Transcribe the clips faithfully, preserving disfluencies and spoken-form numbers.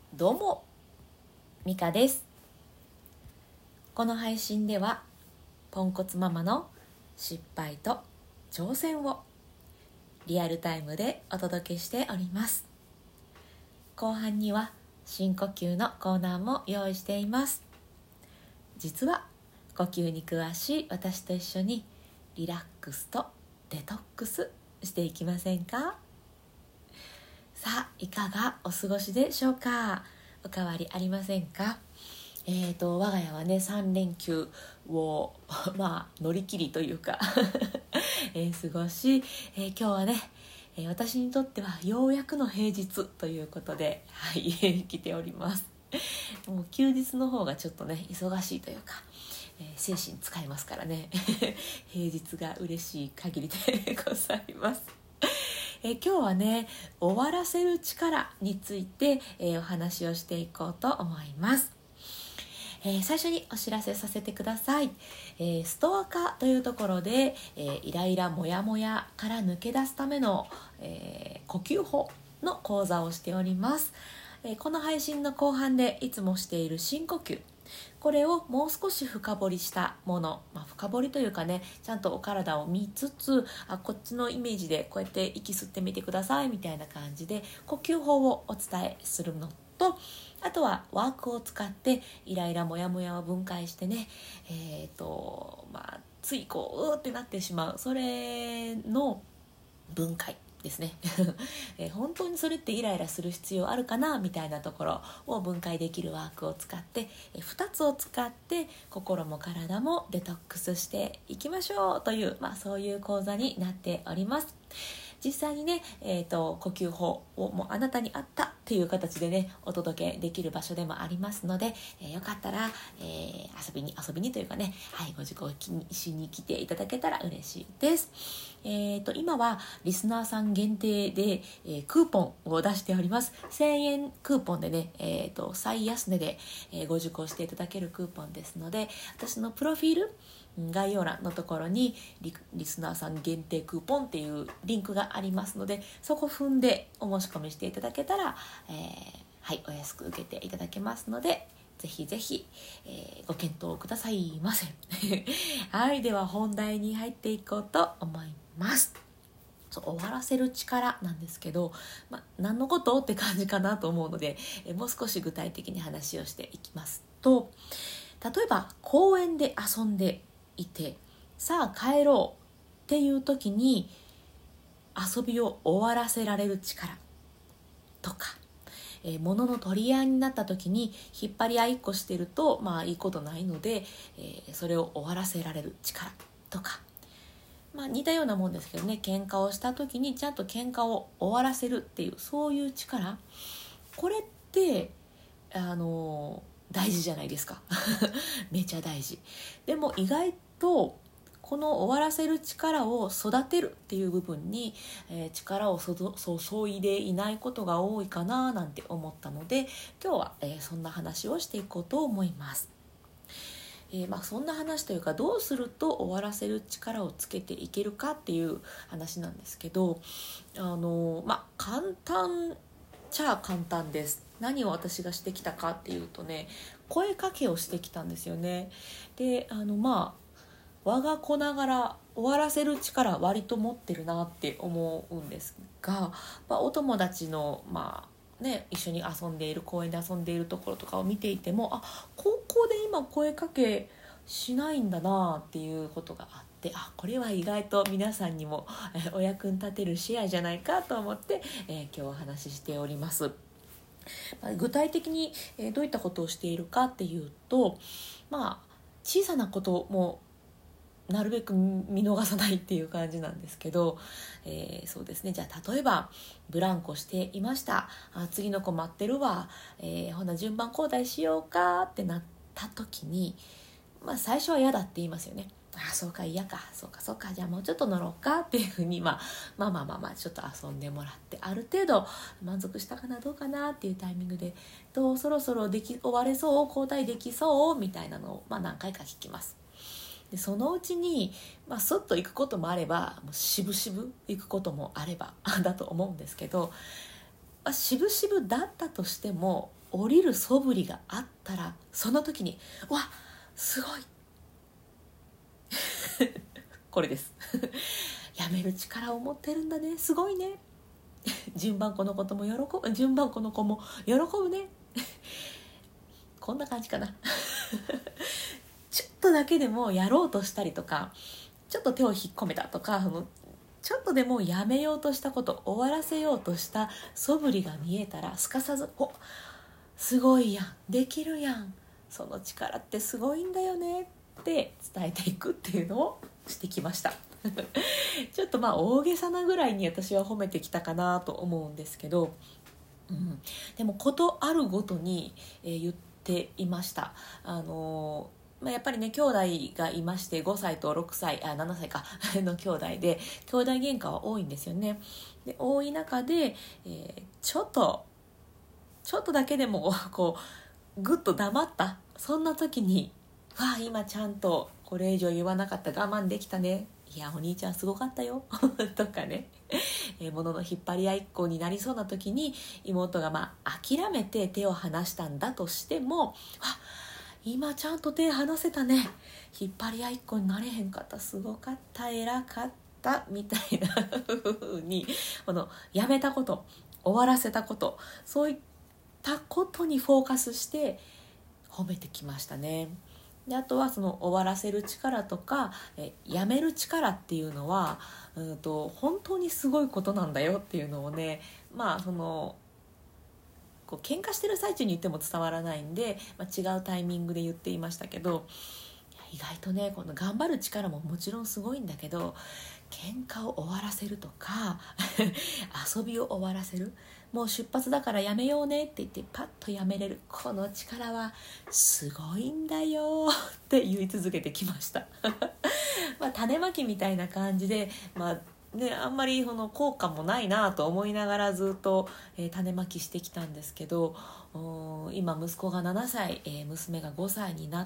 どうも、ミカです。この配信ではポンコツママの失敗と挑戦をリアルタイムでお届けしております。後半には深呼吸のコーナーも用意しています。実は呼吸に詳しい私と一緒にリラックスとデトックスしていきませんか？さあ、いかがお過ごしでしょうか？お変わりありませんか？えーと我が家はねさん連休をまあ乗り切りというか、えー、過ごし、えー、今日はね、えー、私にとってはようやくの平日ということで、はい、来ております。もう休日の方がちょっとね忙しいというか、えー、精神使いますからね平日が嬉しい限りでございます。えー、今日はね終わらせる力について、えー、お話をしていこうと思います。えー、最初にお知らせさせてください。えー、ストア化というところで、えー、イライラモヤモヤから抜け出すための、えー、呼吸法の講座をしております。えー、この配信の後半でいつもしている深呼吸、これをもう少し深掘りしたもの、まあ、深掘りというかね、ちゃんとお体を見つつ、あこっちのイメージでこうやって息吸ってみてくださいみたいな感じで呼吸法をお伝えするのと、あとはワークを使ってイライラモヤモヤを分解してね、えーとまあ、ついこううーってなってしまう、それの分解ですね、えー、本当にそれってイライラする必要あるかなみたいなところを分解できるワークを使って、えー、ふたつを使って心も体もデトックスしていきましょうという、まあ、そういう講座になっております。実際にね、えーと、呼吸法をもうあなたに合ったっていう形でねお届けできる場所でもありますので、えー、よかったら、えー、遊びに遊びにというかね、はい、ご受講しに来ていただけたら嬉しいです。えーと、今はリスナーさん限定で、えー、クーポンを出しております。せんえんクーポンでね、えーと、最安値で、えー、ご受講していただけるクーポンですので、私のプロフィール概要欄のところに リ, リスナーさん限定クーポンっていうリンクがありますので、そこ踏んでお申し込みしていただけたら、えー、はいお安く受けていただけますので、ぜひぜひ、えー、ご検討くださいませはい、では本題に入っていこうと思います。そう終わらせる力なんですけど、まあ、何のことって感じかなと思うので、えー、もう少し具体的に話をしていきますと、例えば公園で遊んでいて、さあ帰ろうっていう時に遊びを終わらせられる力とか、えー、物の取り合いになった時に引っ張り合いっこしてるとまあいいことないので、えー、それを終わらせられる力とか、まあ、似たようなもんですけどね、喧嘩をした時にちゃんと喧嘩を終わらせるっていう、そういう力、これってあのー大事じゃないですかめちゃ大事。でも意外とこの終わらせる力を育てるっていう部分に、えー、力をそど注いでいないことが多いかななんて思ったので、今日は、えー、そんな話をしていこうと思います。えーまあ、そんな話というか、どうすると終わらせる力をつけていけるかっていう話なんですけど、あのー、まあ簡単ちゃ簡単です。何を私がしてきたかっていうとね、声かけをしてきたんですよね。で、あのまあ我が子ながら終わらせる力割と持ってるなって思うんですが、まあ、お友達のまあね一緒に遊んでいる公園で遊んでいるところとかを見ていても、あ高校で今声かけしないんだなっていうことがあって、あこれは意外と皆さんにもお役に立てるシェアじゃないかと思って、えー、今日お話ししております。まあ、具体的に、えー、どういったことをしているかっていうと、まあ小さなこともなるべく見逃さないっていう感じなんですけど、えー、そうですね、じゃあ例えばブランコしていました。あ次の子待ってるわ、えー、ほな順番交代しようかってなった時に、まあ、最初は嫌だって言いますよね。あそうか嫌かそうかそうかじゃあもうちょっと乗ろうかっていうふうに、まあ、まあまあまあまあちょっと遊んでもらって、ある程度満足したかなどうかなっていうタイミングで、どうそろそろでき終われそう交代できそうみたいなのを、まあ、何回か聞きます。でそのうちに、まあ、スッと行くこともあれば、もう渋々行くこともあればだと思うんですけど、まあ、渋々だったとしても降りる素振りがあったら、その時にうわすごいこれですやめる力を持ってるんだね、すごいね順番このことも喜ぶ、順番この子も喜ぶねこんな感じかなちょっとだけでもやろうとしたりとか、ちょっと手を引っ込めたとか、ちょっとでもやめようとしたこと、終わらせようとした素振りが見えたら、すかさずおすごいやん、できるやん、その力ってすごいんだよねって伝えていくっていうのをしてきましたちょっとまあ大げさなぐらいに私は褒めてきたかなと思うんですけど、うん、でもことあるごとに、えー、言っていました。あのーまあ、やっぱりね兄弟がいまして、ごさいとろくさいあななさいかの兄弟で、兄弟喧嘩は多いんですよね。で多い中で、えー、ちょっとちょっとだけでもこうぐっと黙った、そんな時にわあ今ちゃんとこれ以上言わなかった、我慢できたね、いやお兄ちゃんすごかったよとかね、えー、物の引っ張り合いっこになりそうな時に妹がまあ諦めて手を離したんだとしても、あ今ちゃんと手離せたね、引っ張り合いっこになれへんかった、すごかった、偉かったみたいな風にこのやめたこと、終わらせたこと、そういったことにフォーカスして褒めてきましたね。であとはその終わらせる力とかえやめる力っていうのはうんと本当にすごいことなんだよっていうのをね、まあそのこう喧嘩してる最中に言っても伝わらないんで、まあ、違うタイミングで言っていましたけど、意外とねこの頑張る力ももちろんすごいんだけど、喧嘩を終わらせるとか遊びを終わらせる、もう出発だからやめようねって言ってパッとやめれる、この力はすごいんだよって言い続けてきましたまあ種まきみたいな感じで、まあね、あんまりその効果もないなと思いながらずっと、えー、種まきしてきたんですけど、今息子がななさい、えー、娘がごさいになって、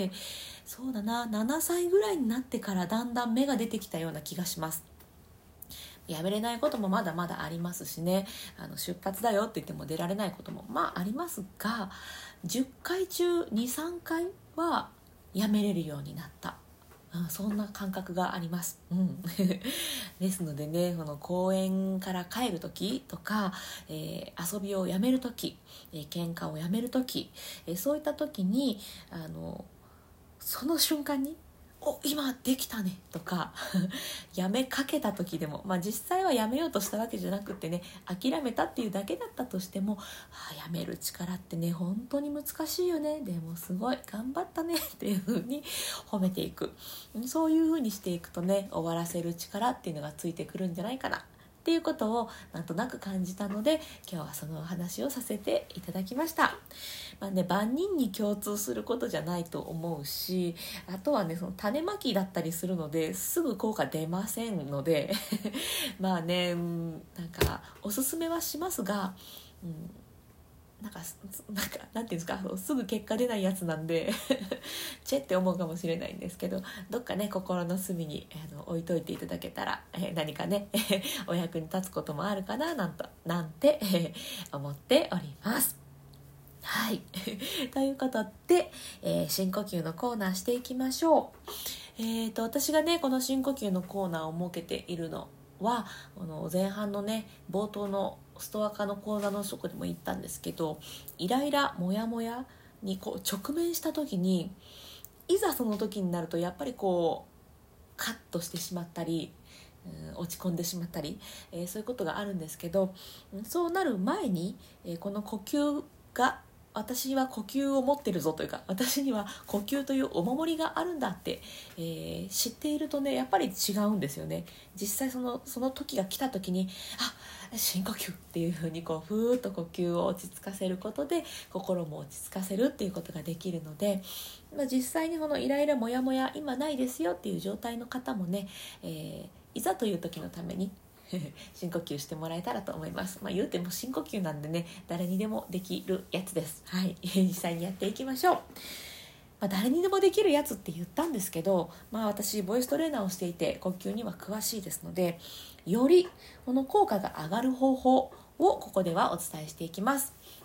そうだなななさいぐらいになってからだんだん芽が出てきたような気がします。やめれないこともまだまだありますしね、あの出発だよって言っても出られないこともまあありますが、じゅっかい中 に,さん 回はやめれるようになった、うん、そんな感覚があります、うん、ですのでね、この公園から帰る時とか、えー、遊びをやめる時、えー、喧嘩をやめる時、えー、そういった時にあのその瞬間にお今できたねとかやめかけた時でも、まあ、実際はやめようとしたわけじゃなくてね、諦めたっていうだけだったとしても、あやめる力ってね本当に難しいよね、でもすごい頑張ったねっていう風に褒めていく、そういう風にしていくとね、終わらせる力っていうのがついてくるんじゃないかなっていうことをなんとなく感じたので、今日はそのお話をさせていただきました。まあね、万人に共通することじゃないと思うし、あとはねその種まきだったりするのですぐ効果出ませんのでまあね、うん、なんかおすすめはしますが、うんなんかなんかなんていうんですか、すぐ結果出ないやつなんでチェって思うかもしれないんですけど、どっかね心の隅にあの置いといていただけたら、え何かねお役に立つこともあるかななんとなんて、え思っております。はいということで、えー、深呼吸のコーナーしていきましょう。えーと私がねこの深呼吸のコーナーを設けているのは、この前半のね冒頭のストア化の講座のそこでも言ったんですけど、イライラモヤモヤにこう直面した時に、いざその時になるとやっぱりこうカッとしてしまったり、うん、落ち込んでしまったり、えー、そういうことがあるんですけど、そうなる前に、えー、この呼吸が私は呼吸を持ってるぞというか、私には呼吸というお守りがあるんだって、えー、知っているとねやっぱり違うんですよね。実際そのその時が来た時にあ深呼吸っていう風にこうふーっと呼吸を落ち着かせることで心も落ち着かせるっていうことができるので、まあ、実際にこのイライラモヤモヤ今ないですよっていう状態の方もね、えー、いざという時のために深呼吸してもらえたらと思います。まあ言うても深呼吸なんでね誰にでもできるやつです。はい実際にやっていきましょう。まあ、誰にでもできるやつって言ったんですけど、まあ、私ボイストレーナーをしていて呼吸には詳しいですので、よりこの効果が上がる方法をここではお伝えしていきます。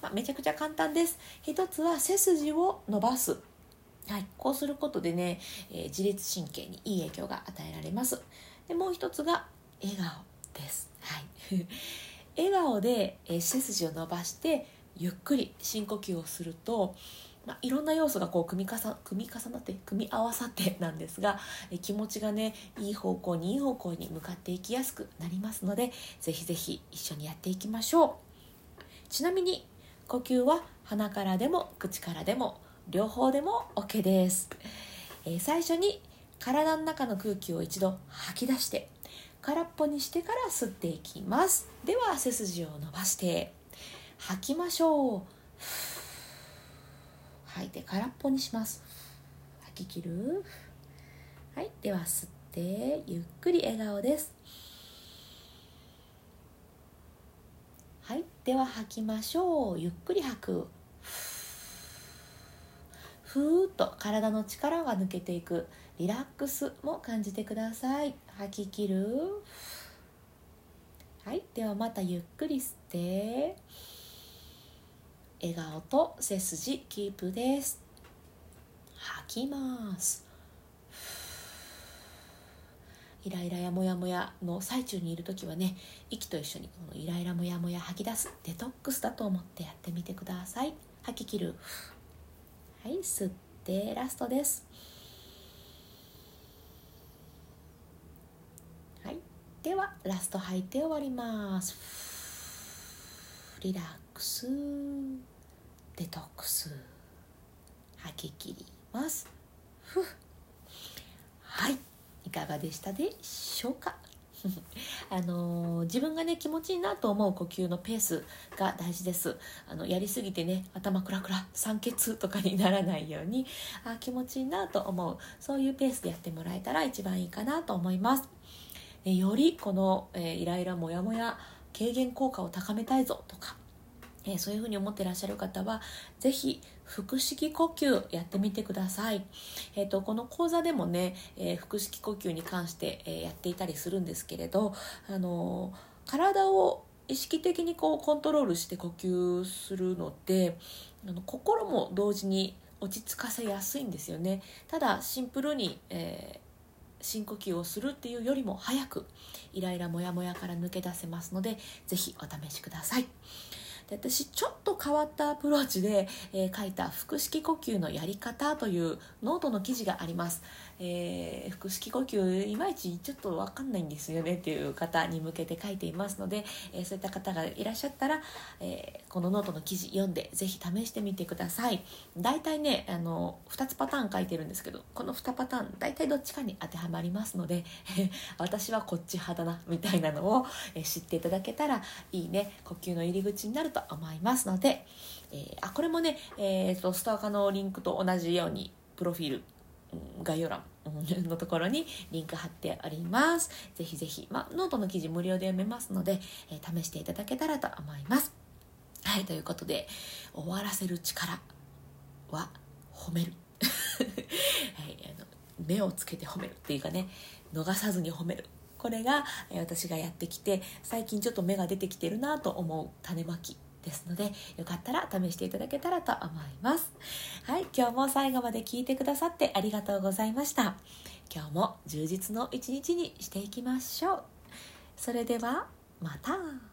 まあ、めちゃくちゃ簡単です。一つは背筋を伸ばす。はい、こうすることでね、えー、自律神経にいい影響が与えられます。でもう一つが笑顔です、はい、笑顔で、えー、背筋を伸ばしてゆっくり深呼吸をすると、まあ、いろんな要素がこう組み重組み重なって組み合わさってなんですが、えー、気持ちがねいい方向にいい方向に向かっていきやすくなりますので、ぜひぜひ一緒にやっていきましょう。ちなみに呼吸は鼻からでも口からでも両方でも OK です、えー、最初に体の中の空気を一度吐き出して空っぽにしてから吸っていきます。では背筋を伸ばして吐きましょう。吐いて空っぽにします。吐き切る。はい、では吸ってゆっくり笑顔です。はい、では吐きましょう。ゆっくり吐く。ふーっと体の力が抜けていくリラックスも感じてください。吐き切る。はい、ではまたゆっくり吸って笑顔と背筋キープです。吐きます。イライラやモヤモヤの最中にいるときはね、息と一緒にこのイライラモヤモヤ吐き出すデトックスだと思ってやってみてください。吐き切る。はい、吸ってラストです。はい、ではラスト吐いて終わります。リラックス、デトックス、吐き切ります。ふはい、いかがでしたでしょうか。あのー、自分がね気持ちいいなと思う呼吸のペースが大事です。あのやりすぎてね頭クラクラ酸欠とかにならないように、あ気持ちいいなと思うそういうペースでやってもらえたら一番いいかなと思います。えよりこの、えー、イライラモヤモヤ軽減効果を高めたいぞとか、えー、そういうふうに思ってらっしゃる方はぜひ腹式呼吸やってみてください。えーと、この講座でもね、えー、腹式呼吸に関して、えー、やっていたりするんですけれど、あのー、体を意識的にこうコントロールして呼吸するので、あの心も同時に落ち着かせやすいんですよね。ただシンプルに、えー深呼吸をするっていうよりも早くイライラモヤモヤから抜け出せますので、ぜひお試しください。で私ちょっと変わったアプローチで、えー、書いた腹式呼吸のやり方というノートの記事があります。えー、腹式呼吸いまいちちょっと分かんないんですよねっていう方に向けて書いていますので、えー、そういった方がいらっしゃったら、えー、このノートの記事読んでぜひ試してみてください。だいたいねあのふたつパターン書いてるんですけど、このにパターンだいたいどっちかに当てはまりますので私はこっち派だなみたいなのを知っていただけたらいいね呼吸の入り口になると思いますので、えー、あこれもね、えー、とストアカのリンクと同じようにプロフィール概要欄のところにリンク貼っております。ぜひぜひ、まあ、ノートの記事無料で読めますので、えー、試していただけたらと思います。はい、ということで終わらせる力は褒める、はい、あの目をつけて褒めるっていうかね、逃さずに褒める、これが私がやってきて最近ちょっと芽が出てきてるなと思う種まきですので、よかったら試していただけたらと思います。はい、今日も最後まで聞いてくださってありがとうございました。今日も充実の一日にしていきましょう。それではまた。